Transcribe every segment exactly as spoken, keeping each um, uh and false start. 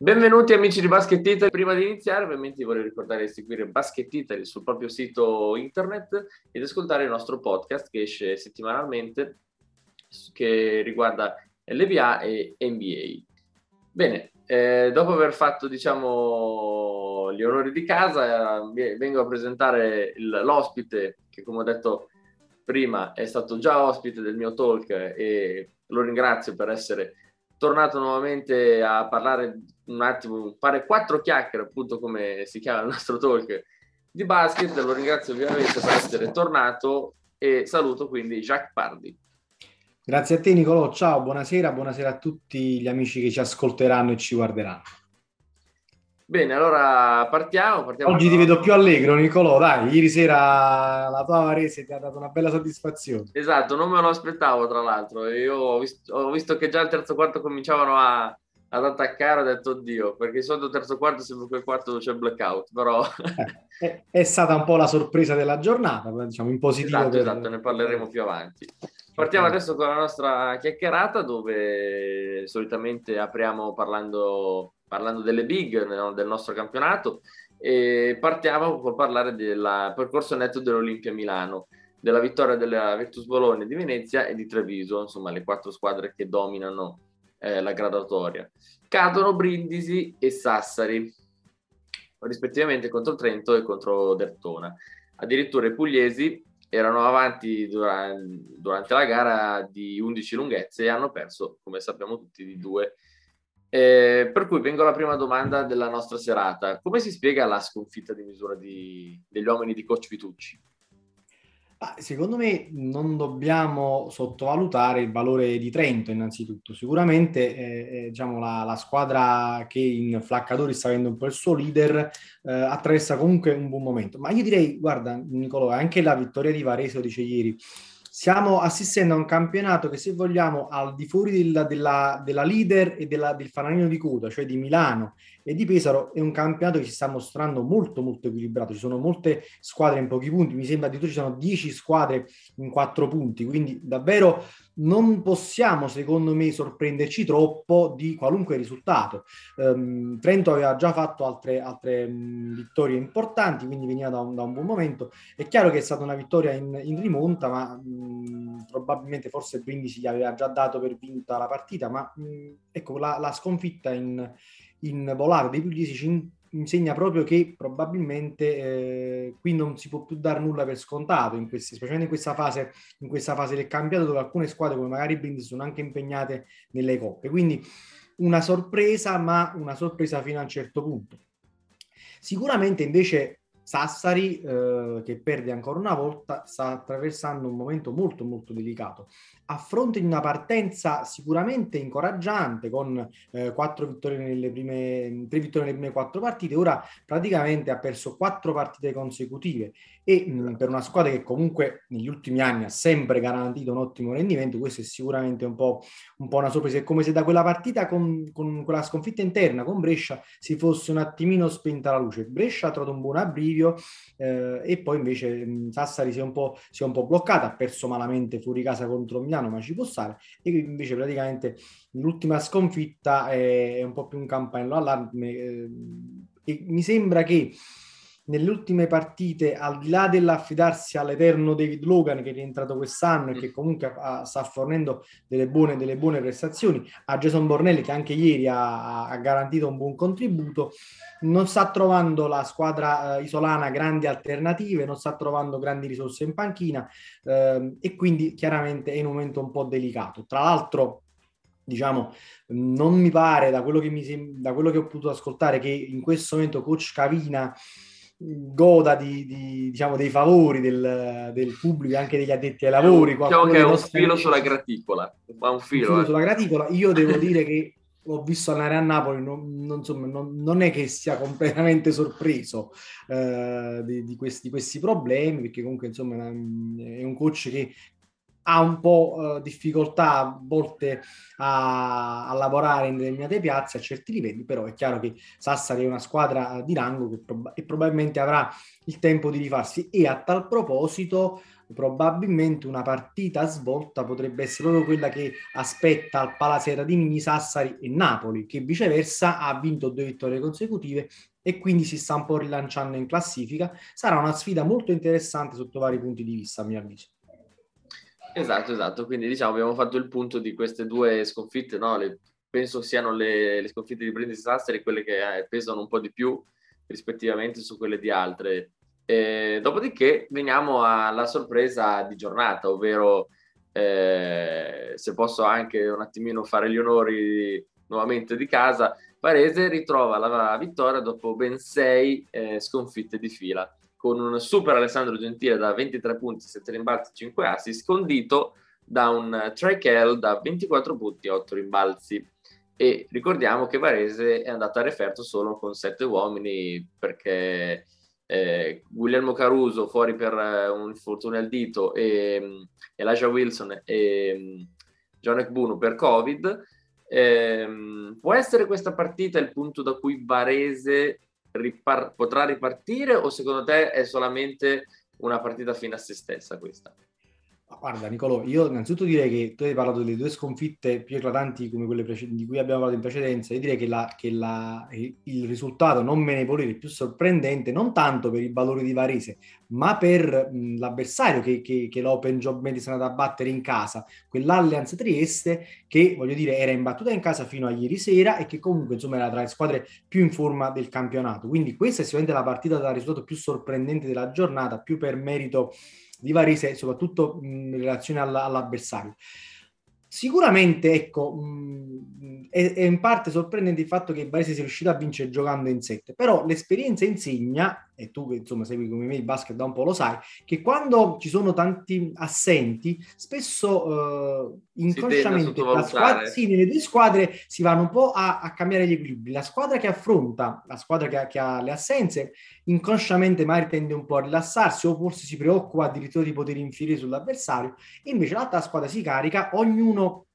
Benvenuti amici di Basket Italy. Prima di iniziare ovviamente vorrei ricordare di seguire Basket Italy sul proprio sito internet ed ascoltare il nostro podcast che esce settimanalmente che riguarda N B A e N B A. Bene, eh, dopo aver fatto diciamo gli onori di casa eh, vengo a presentare il, l'ospite che, come ho detto prima, è stato già ospite del mio talk e lo ringrazio per essere tornato nuovamente a parlare un attimo, fare quattro chiacchiere, appunto come si chiama il nostro talk di basket. Lo ringrazio ovviamente per essere tornato e saluto quindi Jacques Pardi. Grazie a te Nicolò, ciao, buonasera, buonasera a tutti gli amici che ci ascolteranno e ci guarderanno. Bene, allora partiamo. partiamo Oggi ti vedo più allegro Nicolò, dai, ieri sera la tua Varese ti ha dato una bella soddisfazione. Esatto, non me lo aspettavo tra l'altro, io ho visto, ho visto che già il terzo quarto cominciavano a, ad attaccare, ho detto oddio, perché il solito terzo quarto sembra quel quarto dove c'è il blackout, però... Eh, è, è stata un po' la sorpresa della giornata, diciamo in positivo. Esatto, per... esatto, ne parleremo più avanti. Partiamo adesso con la nostra chiacchierata dove solitamente apriamo parlando, parlando delle big no, del nostro campionato e partiamo per parlare del percorso netto dell'Olimpia Milano, della vittoria della Virtus Bologna di Venezia e di Treviso, insomma le quattro squadre che dominano eh, la graduatoria. Cadono Brindisi e Sassari, rispettivamente contro Trento e contro Dertona. Addirittura i pugliesi erano avanti durante, durante la gara di undici lunghezze e hanno perso, come sappiamo tutti, di due. Eh, per cui vengo alla prima domanda della nostra serata. Come si spiega la sconfitta di misura di, degli uomini di coach Vitucci? Ah, secondo me non dobbiamo sottovalutare il valore di Trento innanzitutto. Sicuramente eh, eh, diciamo, la, la squadra che in Flaccadori sta avendo un po' il suo leader eh, attraversa comunque un buon momento. Ma io direi, guarda Nicolò, anche la vittoria di Varese, lo dice ieri, stiamo assistendo a un campionato che, se vogliamo, al di fuori della, della, della leader e della, del fanalino di coda, cioè di Milano e di Pesaro, è un campionato che si sta mostrando molto molto equilibrato. Ci sono molte squadre in pochi punti, mi sembra addirittura ci sono dieci squadre in quattro punti, quindi davvero non possiamo, secondo me, sorprenderci troppo di qualunque risultato. Um, Trento aveva già fatto altre, altre um, vittorie importanti, quindi veniva da un, da un buon momento. È chiaro che è stata una vittoria in, in rimonta, ma mh, probabilmente forse Brindisi gli aveva già dato per vinta la partita, ma mh, ecco, la, la sconfitta in, in volare dei pugliesi ci insegna proprio che probabilmente eh, qui non si può più dare nulla per scontato, in questi, specialmente in questa fase, in questa fase del campionato, dove alcune squadre come magari Brindisi sono anche impegnate nelle coppe. Quindi una sorpresa, ma una sorpresa fino a un certo punto. Sicuramente invece Sassari, eh, che perde ancora una volta, sta attraversando un momento molto molto delicato. A fronte di una partenza sicuramente incoraggiante, con eh, quattro vittorie nelle prime, tre vittorie nelle prime quattro partite, ora praticamente ha perso quattro partite consecutive e mh, per una squadra che comunque negli ultimi anni ha sempre garantito un ottimo rendimento, questo è sicuramente un po', un po' una sorpresa. È come se da quella partita con, con quella sconfitta interna con Brescia si fosse un attimino spenta la luce. Brescia ha trovato un buon abbrivio eh, e poi invece mh, Sassari si è, un po', si è un po' bloccata, ha perso malamente fuori casa contro Milano, ma ci può stare, e invece praticamente l'ultima sconfitta è, è un po' più un campanello allarme eh, e mi sembra che nelle ultime partite, al di là dell'affidarsi all'eterno David Logan che è rientrato quest'anno e che comunque ha, sta fornendo delle buone, delle buone prestazioni, a Jason Bornelli che anche ieri ha, ha garantito un buon contributo, non sta trovando la squadra eh, isolana grandi alternative, non sta trovando grandi risorse in panchina eh, e quindi chiaramente è in un momento un po' delicato. Tra l'altro, diciamo, non mi pare, da quello che, mi sem- da quello che ho potuto ascoltare, che in questo momento coach Cavina goda di, di, diciamo, dei favori del, del pubblico e anche degli addetti ai lavori. Diciamo che è un filo amici, sulla graticola, ma un filo, un filo eh. sulla graticola. Io devo dire che l'ho visto andare a Napoli, non, non, insomma, non, non è che sia completamente sorpreso eh, di, di, questi, di questi problemi, perché comunque insomma è un coach che ha un po' eh, difficoltà a volte a, a lavorare in determinate piazze a certi livelli, però è chiaro che Sassari è una squadra di rango che prob- e probabilmente avrà il tempo di rifarsi. E a tal proposito probabilmente una partita a svolta potrebbe essere proprio quella che aspetta al Palasera di Mini Sassari e Napoli, che viceversa ha vinto due vittorie consecutive e quindi si sta un po' rilanciando in classifica. Sarà una sfida molto interessante sotto vari punti di vista, a mio avviso. Esatto, esatto. Quindi diciamo abbiamo fatto il punto di queste due sconfitte, no? Le, penso siano le, le sconfitte di Brindisi Sassari quelle che eh, pesano un po' di più rispettivamente su quelle di altre. E, dopodiché veniamo alla sorpresa di giornata, ovvero eh, se posso anche un attimino fare gli onori nuovamente di casa, Varese ritrova la vittoria dopo ben sei eh, sconfitte di fila, con un super Alessandro Gentile da ventitré punti, sette rimbalzi, cinque assist, scondito da un Trey Kell da ventiquattro punti, otto rimbalzi. E ricordiamo che Varese è andato a referto solo con sette uomini, perché eh, Guglielmo Caruso fuori per eh, un infortunio al dito, e um, Elijah Wilson e um, John Ekbunu per Covid. Eh, può essere questa partita il punto da cui Varese ripar- potrà ripartire, o secondo te è solamente una partita fine a se stessa questa? Guarda Nicolò, io innanzitutto direi che tu hai parlato delle due sconfitte più eclatanti come quelle prece- di cui abbiamo parlato in precedenza. Io direi che, la, che la, il risultato non me ne può dire più sorprendente, non tanto per il valore di Varese, ma per mh, l'avversario che, che, che l'Open Job Medicine è andato a battere in casa, quell'Allianz Trieste che, voglio dire, era imbattuta in casa fino a ieri sera e che comunque insomma era tra le squadre più in forma del campionato. Quindi questa è sicuramente la partita da risultato più sorprendente della giornata, più per merito di Varese, soprattutto in relazione alla, all'avversario. Sicuramente, ecco, mh, è, è in parte sorprendente il fatto che il Varese sia riuscito a vincere giocando in sette, però l'esperienza insegna, e tu che insomma segui come me il basket da un po' lo sai, che quando ci sono tanti assenti, spesso eh, Si tende a inconsciamente la squadra, sottovalutare. sì, nelle due squadre si vanno un po' a, a cambiare gli equilibri. La squadra che affronta, la squadra che ha, che ha le assenze, inconsciamente magari tende un po' a rilassarsi o forse si preoccupa addirittura di poter infierire sull'avversario, e invece l'altra squadra si carica, ognuno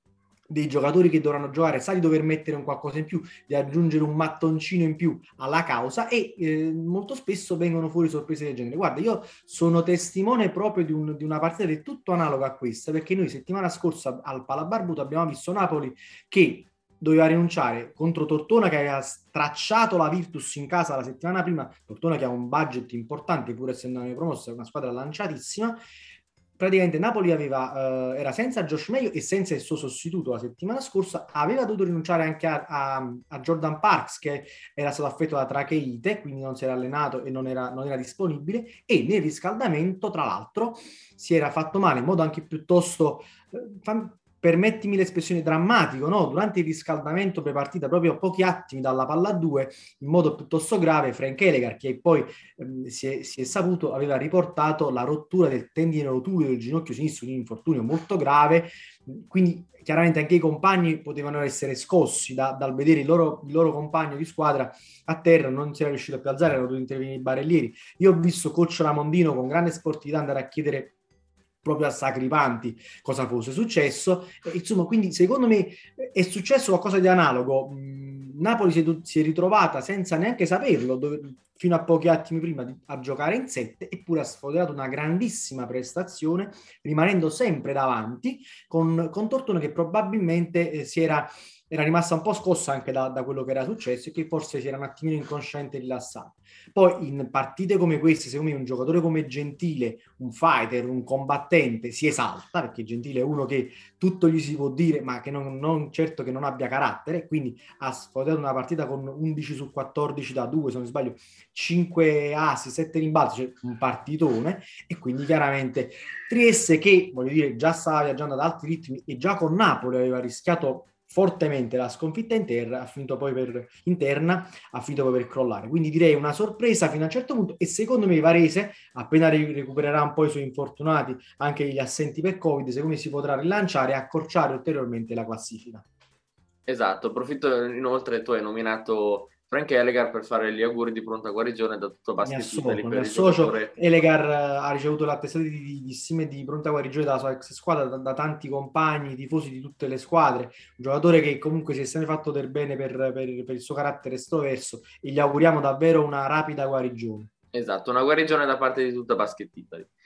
dei giocatori che dovranno giocare sa di dover mettere un qualcosa in più, di aggiungere un mattoncino in più alla causa, e eh, molto spesso vengono fuori sorprese del genere. Guarda, io sono testimone proprio di, un, di una partita del tutto analoga a questa, perché noi settimana scorsa al Palabarbuto abbiamo visto Napoli che doveva rinunciare contro Tortona, che aveva stracciato la Virtus in casa la settimana prima. Tortona che ha un budget importante pur essendo promossa, è una squadra lanciatissima. Praticamente Napoli aveva, eh, era senza Josh Mayo e senza il suo sostituto la settimana scorsa, aveva dovuto rinunciare anche a, a, a Jordan Parks, che era stato affetto da tracheite, quindi non si era allenato e non era, non era disponibile, e nel riscaldamento tra l'altro si era fatto male in modo anche piuttosto eh, fam- permettimi l'espressione, drammatico, no? Durante il riscaldamento prepartita, proprio a pochi attimi dalla palla a due, in modo piuttosto grave, Frank Elegar, che poi ehm, si, è, si è saputo, aveva riportato la rottura del tendine rotulico del ginocchio sinistro, un infortunio molto grave, quindi chiaramente anche i compagni potevano essere scossi da, dal vedere il loro, il loro compagno di squadra a terra, non si era riuscito a più alzare, erano dovuti intervenire i barellieri. Io ho visto coach Ramondino con grande sportività andare a chiedere proprio a Sacripanti cosa fosse successo. E, insomma, quindi secondo me è successo qualcosa di analogo. Napoli si è, si è ritrovata senza neanche saperlo, dove, fino a pochi attimi prima di, a giocare in sette, eppure ha sfoderato una grandissima prestazione, rimanendo sempre davanti, con, con Tortona che probabilmente eh, si era era rimasta un po' scossa anche da, da quello che era successo e che forse si era un attimino inconsciente e rilassato. Poi in partite come queste, secondo me un giocatore come Gentile, un fighter, un combattente, si esalta, perché Gentile è uno che tutto gli si può dire, ma che non, non certo che non abbia carattere, quindi ha sfodato una partita con undici su quattordici da due, se non sbaglio, cinque assi, sette rimbalzi, cioè un partitone, e quindi chiaramente Trieste che, voglio dire, già stava viaggiando ad alti ritmi e già con Napoli aveva rischiato fortemente la sconfitta interna, ha finito poi per interna, ha finito poi per crollare. Quindi direi una sorpresa fino a un certo punto, e secondo me Varese, appena recupererà un po' i suoi infortunati, anche gli assenti per Covid, secondo me si potrà rilanciare e accorciare ulteriormente la classifica. Esatto, approfitto inoltre, tu hai nominato Frank Elegar per fare gli auguri di pronta guarigione da tutto Mi Basket Italy associo, mi per il associo. giocatore. Elegar eh, ha ricevuto l'attestato di, di stime di pronta guarigione dalla sua ex squadra, da, da tanti compagni, tifosi di tutte le squadre. Un giocatore che comunque si è sempre fatto del bene per, per, per il suo carattere estroverso, e gli auguriamo davvero una rapida guarigione. Esatto, una guarigione da parte di tutta Basket Italy.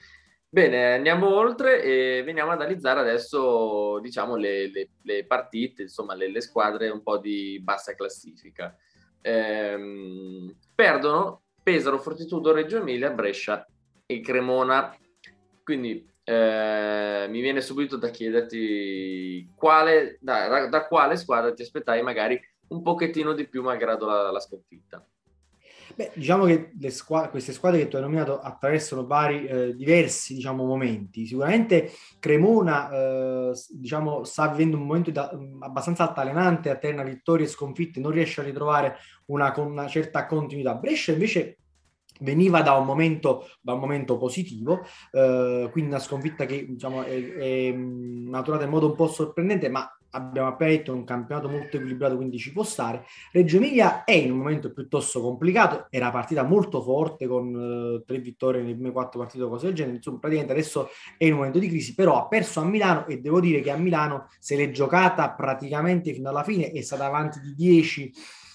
Bene, andiamo oltre e veniamo ad analizzare adesso, diciamo, le, le- le partite, insomma, le, le squadre un po' di bassa classifica. Ehm, perdono Pesaro, Fortitudo, Reggio Emilia, Brescia e Cremona. Quindi eh, mi viene subito da chiederti quale, da, da- da quale squadra ti aspettavi magari un pochettino di più malgrado la, la sconfitta. Beh, diciamo che le squa- queste squadre che tu hai nominato attraversano vari eh, diversi, diciamo, momenti. Sicuramente Cremona eh, s- diciamo, sta vivendo un momento da- abbastanza altalenante, alterna vittorie e sconfitte, non riesce a ritrovare una, con una certa continuità. Brescia invece veniva da un momento, da un momento positivo, eh, quindi una sconfitta che diciamo, è, è maturata in modo un po' sorprendente, ma abbiamo appena detto è un campionato molto equilibrato, quindi ci può stare. Reggio Emilia è in un momento piuttosto complicato, era partita molto forte con eh, tre vittorie nelle prime quattro partite o cose del genere, insomma praticamente adesso è in un momento di crisi, però ha perso a Milano e devo dire che a Milano se l'è giocata praticamente fino alla fine, è stata avanti di dieci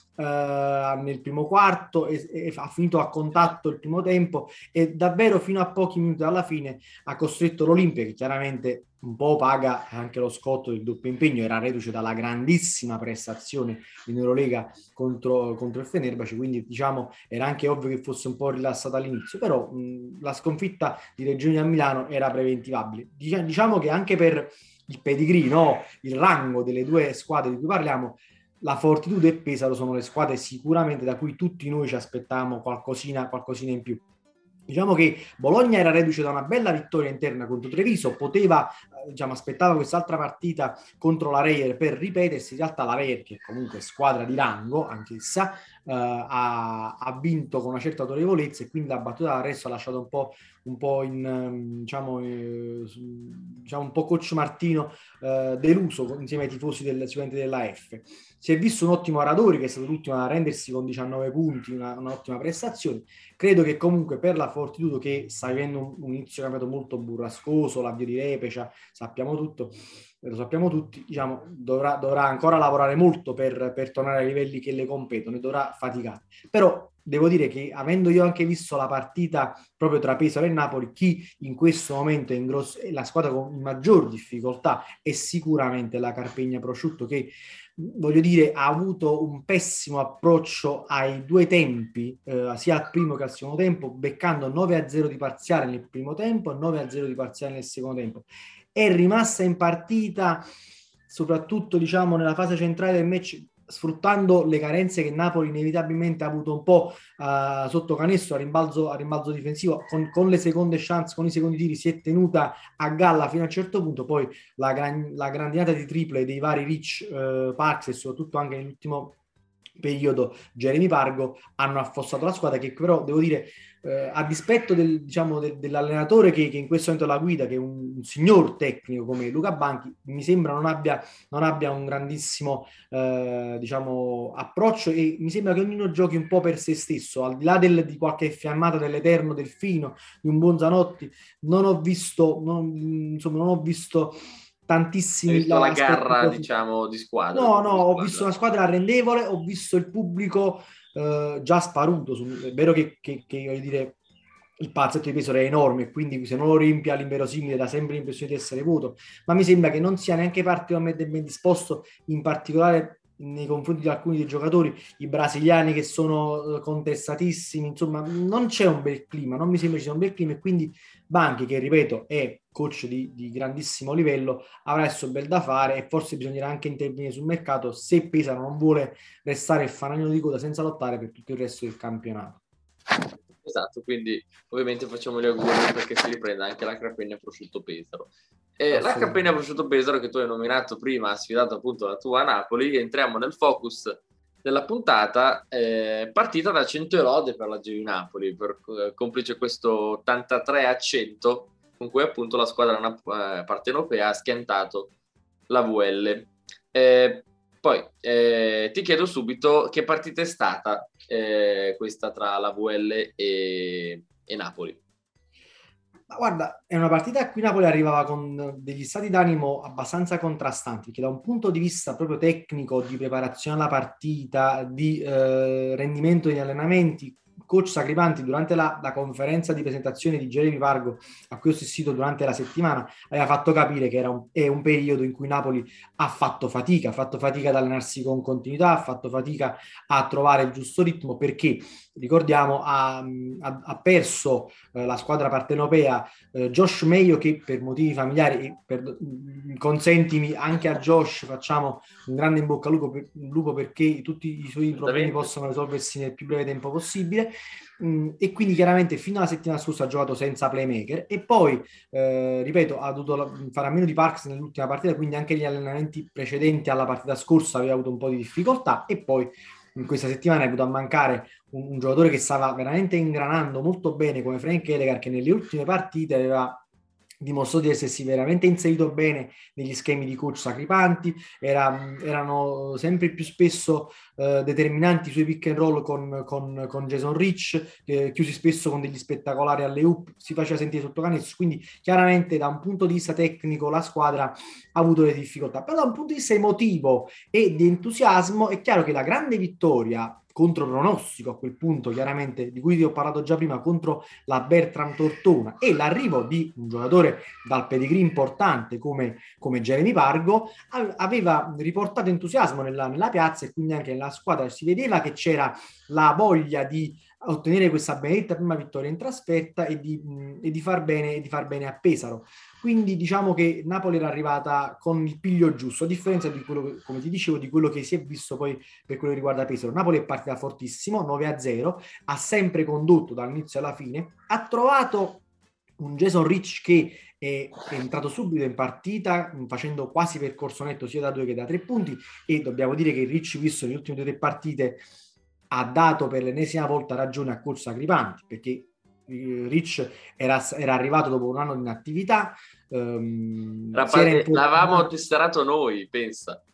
Uh, nel primo quarto e, e ha finito a contatto il primo tempo e davvero fino a pochi minuti dalla fine ha costretto l'Olimpia, che chiaramente un po' paga anche lo scotto del doppio impegno, era reduce dalla grandissima prestazione in Eurolega contro, contro il Fenerbahce, quindi diciamo era anche ovvio che fosse un po' rilassata all'inizio, però mh, la sconfitta di Reggio Emilia a Milano era preventivabile. Dic- diciamo che anche per il pedigree, no? Il rango delle due squadre di cui parliamo, la Fortitudo e Pesaro sono le squadre sicuramente da cui tutti noi ci aspettavamo qualcosina, qualcosina in più. Diciamo che Bologna era reduce da una bella vittoria interna contro Treviso, poteva, eh, diciamo, aspettava quest'altra partita contro la Reyer per ripetersi. In realtà la Reyer, che comunque è squadra di rango, anch'essa, eh, ha, ha vinto con una certa autorevolezza e quindi la battuta d'arresto ha lasciato un po', un po' in, diciamo, eh, diciamo un po' Coach Martino eh, deluso insieme ai tifosi del, sicuramente della F. Si è visto un ottimo Aradori, che è stato l'ultimo a rendersi con diciannove punti, una, un'ottima prestazione. Credo che comunque per la Fortitudo, che sta vivendo un, un inizio campionato molto burrascoso, l'avvio di Repecia, sappiamo tutto, lo sappiamo tutti, diciamo, dovrà, dovrà ancora lavorare molto per, per tornare ai livelli che le competono e dovrà faticare. Però devo dire che avendo io anche visto la partita proprio tra Pesaro e Napoli, chi in questo momento è, in grosso, è la squadra con maggior difficoltà è sicuramente la Carpegna Prosciutto, che voglio dire ha avuto un pessimo approccio ai due tempi, eh, sia al primo che al secondo tempo, beccando nove a zero di parziale nel primo tempo e nove a zero di parziale nel secondo tempo. È rimasta in partita soprattutto diciamo nella fase centrale del match, sfruttando le carenze che Napoli inevitabilmente ha avuto un po' uh, sotto canestro a rimbalzo, a rimbalzo difensivo, con, con le seconde chance, con i secondi tiri si è tenuta a galla fino a un certo punto. Poi la, gran, la grandinata di triple dei vari Rich uh, Parks e soprattutto anche nell'ultimo periodo Jeremy Pargo hanno affossato la squadra, che però devo dire eh, a dispetto del, diciamo, del, dell'allenatore che, che in questo momento la guida, che è un, un signor tecnico come Luca Banchi, mi sembra non abbia, non abbia un grandissimo eh, diciamo, approccio, e mi sembra che ognuno giochi un po' per se stesso, al di là del, di qualche fiammata dell'Eterno Delfino, di un buon Zanotti. Non ho visto non, insomma non ho visto Hai tantissimi visto la aspetti garra, positivi. diciamo, di squadra, No, più no, che di ho visto squadra. una squadra arrendevole, ho visto il pubblico eh, già sparuto. Su, è vero che, che, che voglio dire, il palazzetto di Pesaro è enorme, quindi se non lo riempie all'inverosimile dà sempre l'impressione di essere vuoto, ma mi sembra che non sia neanche particolarmente ben disposto, in particolare nei confronti di alcuni dei giocatori, i brasiliani che sono contestatissimi, insomma non c'è un bel clima, non mi sembra ci sia un bel clima, e quindi Banchi, che ripeto è coach di, di grandissimo livello, avrà adesso bel da fare, e forse bisognerà anche intervenire sul mercato se Pesaro non vuole restare il fanalino di coda senza lottare per tutto il resto del campionato. Esatto, quindi ovviamente facciamo gli auguri perché si riprenda anche la Carpegna Prosciutto Pesaro. Eh, la Carpegna Prosciutto Pesaro che tu hai nominato prima, ha sfidato appunto la tua Napoli. Entriamo nel focus della puntata, eh, partita da cento e lode per la Gioia Napoli, per, eh, complice questo ottantatré a cento con cui appunto la squadra eh, partenopea ha schiantato la V L. Eh, poi eh, ti chiedo subito che partita è stata eh, questa tra la V L e, e Napoli. Ma guarda, è una partita a cui Napoli arrivava con degli stati d'animo abbastanza contrastanti, che da un punto di vista proprio tecnico, di preparazione alla partita, di eh, rendimento degli allenamenti, coach Sacripanti durante la, la conferenza di presentazione di Jeremy Pargo a cui ho assistito durante la settimana aveva fatto capire che era un, è un periodo in cui Napoli ha fatto fatica, ha fatto fatica ad allenarsi con continuità, ha fatto fatica a trovare il giusto ritmo, perché ricordiamo ha, ha, ha perso eh, la squadra partenopea eh, Josh Mayo, che per motivi familiari, e per, consentimi anche a Josh facciamo un grande in bocca al lupo, per, lupo perché tutti i suoi problemi possano risolversi nel più breve tempo possibile, mm, e quindi chiaramente fino alla settimana scorsa ha giocato senza playmaker e poi eh, ripeto ha dovuto fare a meno di Parks nell'ultima partita, quindi anche gli allenamenti precedenti alla partita scorsa aveva avuto un po' di difficoltà, e poi in questa settimana è venuto a mancare un, un giocatore che stava veramente ingranando molto bene come Frank Elegar, che nelle ultime partite aveva dimostrò di essersi veramente inserito bene negli schemi di coach Sacripanti, era, erano sempre più spesso eh, determinanti sui pick and roll con, con, con Jason Rich, eh, chiusi spesso con degli spettacolari alley-oop, si faceva sentire sotto canestro, quindi chiaramente da un punto di vista tecnico la squadra ha avuto le difficoltà, però da un punto di vista emotivo e di entusiasmo è chiaro che la grande vittoria contro pronostico a quel punto, chiaramente, di cui vi ho parlato già prima, contro la Bertram Tortona, e l'arrivo di un giocatore dal pedigree importante come, come Jeremy Pargo aveva riportato entusiasmo nella, nella piazza e quindi anche nella squadra. Si vedeva che c'era la voglia di ottenere questa benedetta prima vittoria in trasferta e di, e di far bene, e di far bene a Pesaro. Quindi diciamo che Napoli era arrivata con il piglio giusto, a differenza di quello che, come ti dicevo, di quello che si è visto poi per quello che riguarda Pesaro. Napoli è partita fortissimo, nove a zero, ha sempre condotto dall'inizio alla fine, ha trovato un Jason Rich che è, è entrato subito in partita facendo quasi percorso netto sia da due che da tre punti, e dobbiamo dire che Rich, visto le ultime due o tre partite, ha dato per l'ennesima volta ragione a coach Sacripanti, perché Rich era, era arrivato dopo un anno di inattività, um, parte, l'avevamo testerato noi, pensa.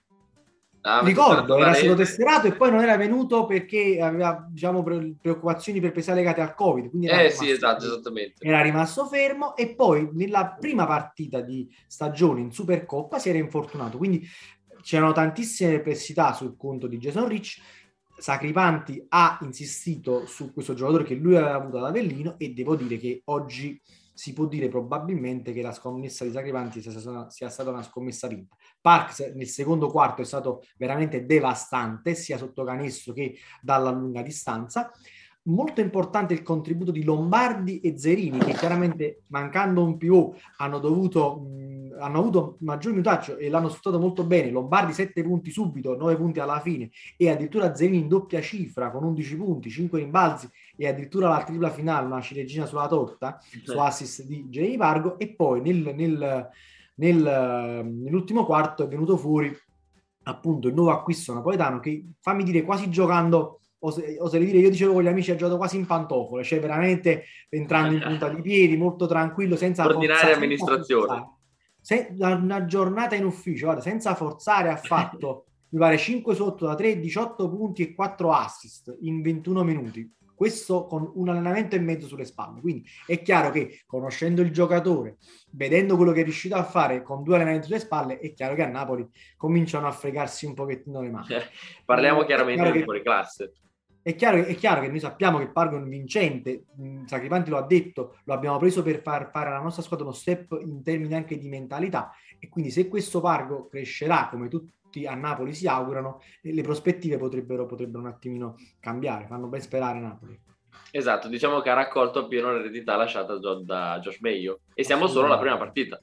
Ricordo, era stato testerato e poi non era venuto perché aveva, diciamo, preoccupazioni per pesare legate al Covid, quindi era, eh, rimasto, sì, esatto, esattamente. era rimasto fermo, e poi nella prima partita di stagione in Supercoppa si era infortunato, quindi c'erano tantissime perplessità sul conto di Jason Rich. Sacripanti ha insistito su questo giocatore che lui aveva avuto ad Avellino, e devo dire che oggi si può dire probabilmente che la scommessa di Sacripanti sia stata, sia stata una scommessa vinta. Parks nel secondo quarto è stato veramente devastante, sia sotto canestro che dalla lunga distanza. Molto importante il contributo di Lombardi e Zerini, che chiaramente, mancando un più, hanno dovuto mh, hanno avuto maggior minutaggio e l'hanno sfruttato molto bene. Lombardi sette punti subito, nove punti alla fine, e addirittura Zerini in doppia cifra con undici punti, cinque rimbalzi e addirittura la tripla finale, una ciliegina sulla torta su assist di Jeremy Pargo. E poi nel, nel, nel, nell'ultimo quarto è venuto fuori appunto il nuovo acquisto napoletano che, fammi dire, quasi giocando, oserei dire, io dicevo con gli amici, ha giocato quasi in pantofole, cioè veramente entrando in punta di piedi, molto tranquillo, senza ordinaria forzare, amministrazione, senza forzare. Se, una giornata in ufficio, guarda, senza forzare, ha fatto mi pare cinque sotto da tre, diciotto punti e quattro assist in ventuno minuti, questo con un allenamento e mezzo sulle spalle. Quindi è chiaro che, conoscendo il giocatore, vedendo quello che è riuscito a fare con due allenamenti sulle spalle, è chiaro che a Napoli cominciano a fregarsi un pochettino le mani. Parliamo chiaramente di che... fuori classe. È chiaro, è chiaro che noi sappiamo che Pargo è un vincente, Sacripanti lo ha detto, lo abbiamo preso per far fare alla nostra squadra uno step in termini anche di mentalità, e quindi se questo Pargo crescerà come tutti a Napoli si augurano, le prospettive potrebbero, potrebbero un attimino cambiare, fanno ben sperare Napoli. Esatto, diciamo che ha raccolto appieno l'eredità lasciata da Josh Mayo, e siamo solo alla prima partita.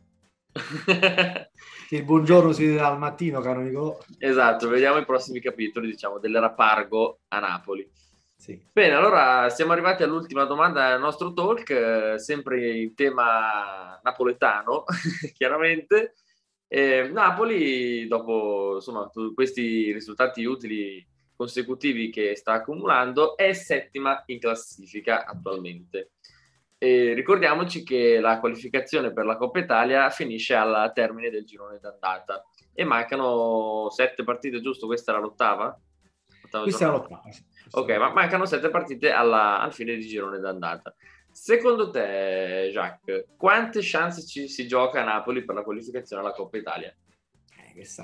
Sì, il buongiorno si vede al mattino, caro Nicolò. Esatto, vediamo i prossimi capitoli, diciamo, dell'era Pargo a Napoli. Sì. Bene, allora siamo arrivati all'ultima domanda del nostro talk, eh, sempre in tema napoletano, chiaramente. Eh, Napoli, dopo insomma questi risultati utili consecutivi che sta accumulando, è settima in classifica attualmente. E ricordiamoci che la qualificazione per la Coppa Italia finisce al termine del girone d'andata e mancano sette partite, giusto? Questa era l'ottava? Ottava Questa giornata. Era l'ottava. Sì. Ok, ma mancano sette partite alla, al fine di girone d'andata. Secondo te, Jacques, quante chance ci si gioca a Napoli per la qualificazione alla Coppa Italia? Eh, questa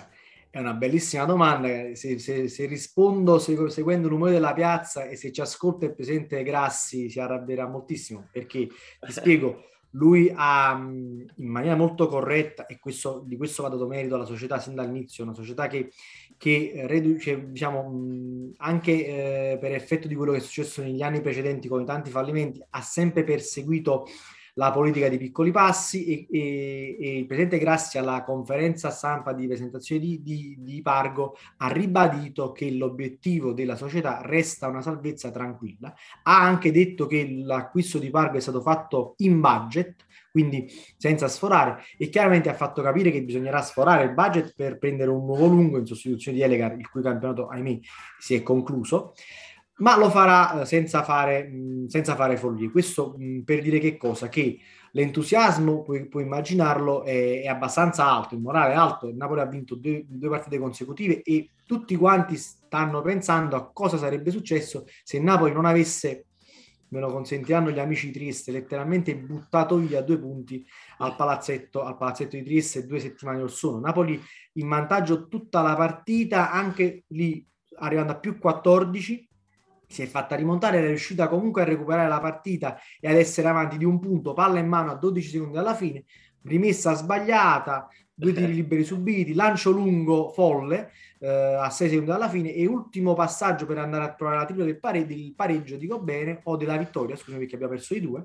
È una bellissima domanda. Se, se, se rispondo seguendo il rumore della piazza e se ci ascolta il presidente Grassi si arrabbierà moltissimo, perché ti spiego, lui ha in maniera molto corretta, e questo, di questo va dato merito alla società sin dall'inizio, una società che, che riduce, diciamo, anche eh, per effetto di quello che è successo negli anni precedenti con i tanti fallimenti, ha sempre perseguito la politica di piccoli passi, e, e, e il presidente Grassi alla conferenza stampa di presentazione di, di, di Pargo ha ribadito che l'obiettivo della società resta una salvezza tranquilla. Ha anche detto che l'acquisto di Pargo è stato fatto in budget, quindi senza sforare, e chiaramente ha fatto capire che bisognerà sforare il budget per prendere un nuovo lungo in sostituzione di Elegar, il cui campionato, ahimè, si è concluso. Ma lo farà senza fare, mh, senza fare follie. Questo mh, per dire che cosa? Che l'entusiasmo, puoi, puoi immaginarlo, è, è abbastanza alto, il morale è alto. Il Napoli ha vinto due, due partite consecutive e tutti quanti stanno pensando a cosa sarebbe successo se il Napoli non avesse, me lo consentiranno gli amici di Trieste, letteralmente buttato via due punti al palazzetto, al palazzetto di Trieste due settimane or sono. Napoli in vantaggio tutta la partita, anche lì arrivando a più quattordici, si è fatta rimontare, è riuscita comunque a recuperare la partita e ad essere avanti di un punto, palla in mano a dodici secondi dalla fine, rimessa sbagliata, due tiri liberi subiti, lancio lungo folle eh, a sei secondi dalla fine, e ultimo passaggio per andare a trovare la tripla del, pare- del pareggio, dico bene, o della vittoria, scusami perché abbiamo perso i due,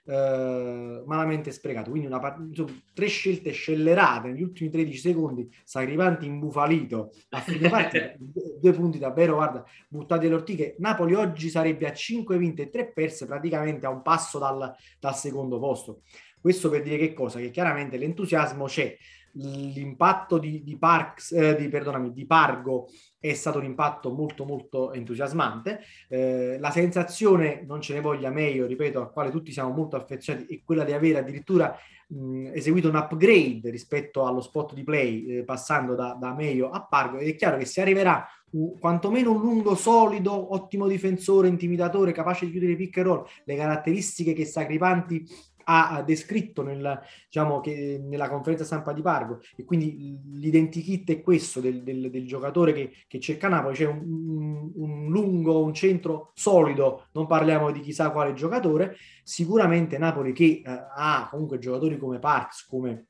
eh, malamente sprecato. Quindi una, insomma, tre scelte scellerate negli ultimi tredici secondi, Sacripanti imbufalito a fine partita, due punti davvero, guarda, buttati alle ortiche. Napoli oggi sarebbe a cinque vinte e tre perse, praticamente a un passo dal, dal secondo posto. Questo per dire che cosa? Che chiaramente l'entusiasmo c'è. L'impatto di, di, Parks, eh, di, perdonami, di Pargo è stato un impatto molto molto entusiasmante. Eh, la sensazione, non ce ne voglia meglio, ripeto, al quale tutti siamo molto affezionati, è quella di avere addirittura mh, eseguito un upgrade rispetto allo spot di play, eh, passando da, da Meio a Pargo. Ed è chiaro che si arriverà uh, quantomeno un lungo solido, ottimo difensore, intimidatore, capace di chiudere i pick and roll, le caratteristiche che Sacripanti ha descritto nel, diciamo, che nella conferenza stampa di Pargo, e quindi l'identikit è questo del, del, del giocatore che, che cerca Napoli. C'è un, un, un lungo, un centro solido, non parliamo di chissà quale giocatore. Sicuramente Napoli che eh, ha comunque giocatori come Parks, come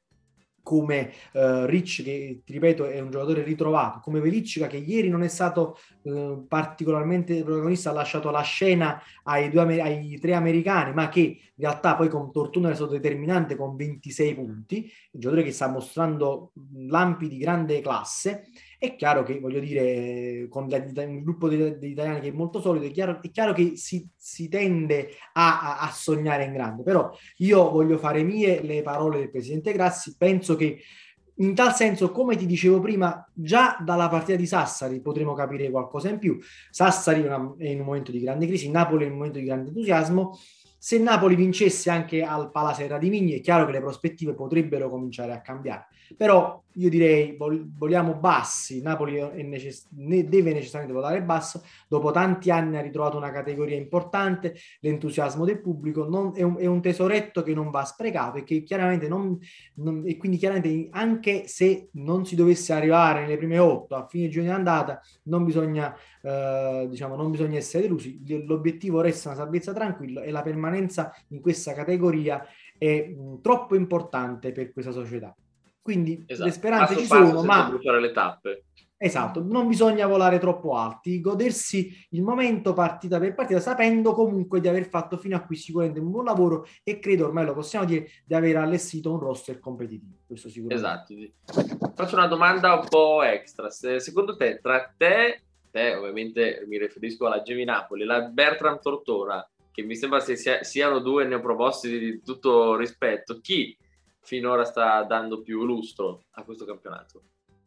come uh, Ricci, che ti ripeto è un giocatore ritrovato, come Veliccica, che ieri non è stato uh, particolarmente protagonista, ha lasciato la scena ai, due, ai tre americani, ma che in realtà poi con Tortona è stato determinante con ventisei punti, un giocatore che sta mostrando lampi di grande classe. È chiaro che, voglio dire, con la, un gruppo di, di italiani che è molto solido, è chiaro, è chiaro che si, si tende a, a, a sognare in grande, però io voglio fare mie le parole del presidente Grassi. Penso che in tal senso, come ti dicevo prima, già dalla partita di Sassari potremo capire qualcosa in più. Sassari è in un momento di grande crisi, Napoli è in un momento di grande entusiasmo. Se Napoli vincesse anche al Palaserra di Migni, è chiaro che le prospettive potrebbero cominciare a cambiare. Però io direi vogliamo bassi. Napoli è necess- ne deve necessariamente votare basso. Dopo tanti anni ha ritrovato una categoria importante, l'entusiasmo del pubblico non, è, un, è un tesoretto che non va sprecato, e che chiaramente non, non e quindi chiaramente anche se non si dovesse arrivare nelle prime otto a fine giugno di andata, non bisogna eh, diciamo non bisogna essere delusi. L'obiettivo resta una salvezza tranquilla, e la permanenza in questa categoria è mh, troppo importante per questa società. Quindi esatto, le speranze passo ci passo sono, ma bruciare le tappe. Esatto, non bisogna volare troppo alti, godersi il momento partita per partita, sapendo comunque di aver fatto fino a qui sicuramente un buon lavoro, e credo, ormai lo possiamo dire, di aver allestito un roster competitivo. Questo sicuramente. Esatto. Faccio una domanda un po' extra. Se, secondo te, tra te, te ovviamente mi riferisco alla Gemi Napoli, la Bertram Tortora, che mi sembra se sia, siano due neoproposti di tutto rispetto, chi finora sta dando più lustro a questo campionato?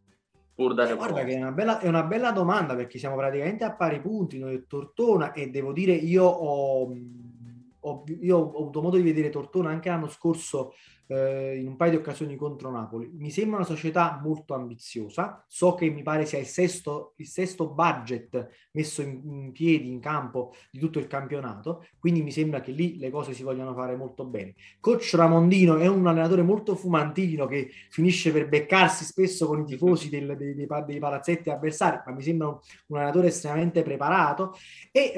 Pur da eh, guarda che è una, bella, è una bella domanda, perché siamo praticamente a pari punti noi e Tortona, e devo dire io ho, ho, io ho avuto modo di vedere Tortona anche l'anno scorso eh, in un paio di occasioni contro Napoli. Mi sembra una società molto ambiziosa, so che mi pare sia il sesto, il sesto budget messo in, in piedi, in campo di tutto il campionato, quindi mi sembra che lì le cose si vogliono fare molto bene. Coach Ramondino è un allenatore molto fumantino che finisce per beccarsi spesso con i tifosi del, dei, dei, dei palazzetti avversari, ma mi sembra un, un allenatore estremamente preparato e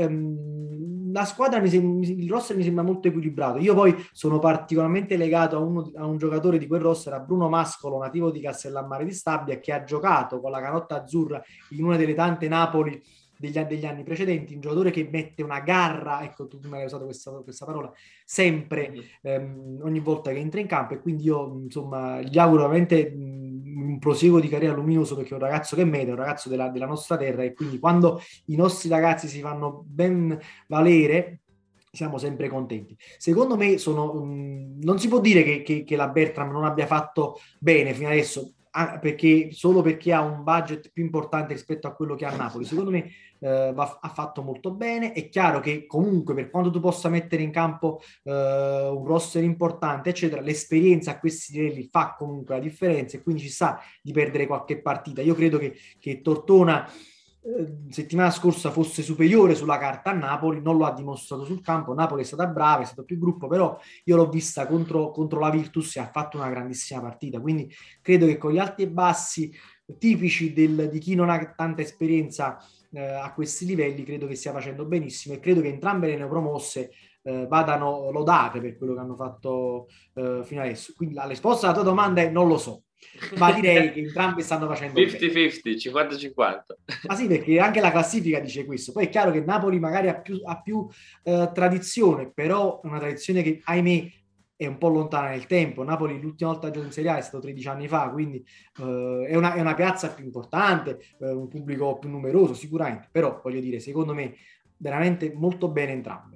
um, la squadra, mi sembra, il roster mi sembra molto equilibrato. Io poi sono particolarmente legato a, uno, a un giocatore di quel roster, a Bruno Mascolo, nativo di Castellammare di Stabia, che ha giocato con la canotta azzurra in una delle tante Napoli degli, degli anni precedenti, un giocatore che mette una garra, ecco, tu mi hai usato questa, questa parola, sempre, ehm, ogni volta che entra in campo, e quindi io, insomma, gli auguro veramente mh, un proseguo di carriera luminoso, perché è un ragazzo che merita, è un ragazzo della, della nostra terra, e quindi quando i nostri ragazzi si fanno ben valere siamo sempre contenti. Secondo me sono, mh, non si può dire che, che, che la Bertram non abbia fatto bene fino adesso, ah, perché solo perché ha un budget più importante rispetto a quello che ha Napoli. Secondo me eh, va, ha fatto molto bene. È chiaro che comunque, per quanto tu possa mettere in campo eh, un roster importante, eccetera, l'esperienza a questi livelli fa comunque la differenza, e quindi ci sa di perdere qualche partita. Io credo che, che Tortona settimana scorsa fosse superiore sulla carta a Napoli, non lo ha dimostrato sul campo. Napoli è stata brava, è stato più gruppo, però io l'ho vista contro, contro la Virtus e ha fatto una grandissima partita, quindi credo che con gli alti e bassi tipici del, di chi non ha tanta esperienza eh, a questi livelli, credo che stia facendo benissimo, e credo che entrambe le neopromosse eh, vadano lodate per quello che hanno fatto eh, fino adesso. Quindi la risposta alla tua domanda è non lo so, ma direi che entrambi stanno facendo cinquanta bene. cinquanta, cinquanta cinquanta. Ma sì, perché anche la classifica dice questo. Poi è chiaro che Napoli magari ha più, ha più eh, tradizione, però una tradizione che, ahimè, è un po' lontana nel tempo. Napoli l'ultima volta giocato in Serie A è stato tredici anni fa, quindi eh, è, una, è una piazza più importante, eh, un pubblico più numeroso sicuramente, però voglio dire, secondo me veramente molto bene entrambe.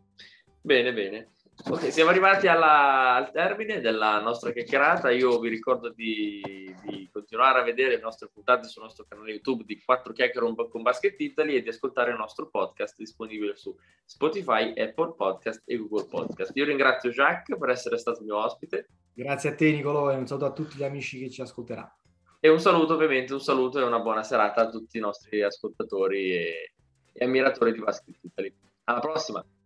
Bene, bene. Ok, siamo arrivati alla, al termine della nostra chiacchierata. Io vi ricordo di, di continuare a vedere le nostre puntate sul nostro canale YouTube di quattro chiacchiere con Basket Italy, e di ascoltare il nostro podcast disponibile su Spotify, Apple Podcast e Google Podcast. Io ringrazio Jacques per essere stato mio ospite. Grazie a te, Nicolò, e un saluto a tutti gli amici che ci ascolteranno. E un saluto, ovviamente, un saluto e una buona serata a tutti i nostri ascoltatori e, e ammiratori di Basket Italy. Alla prossima!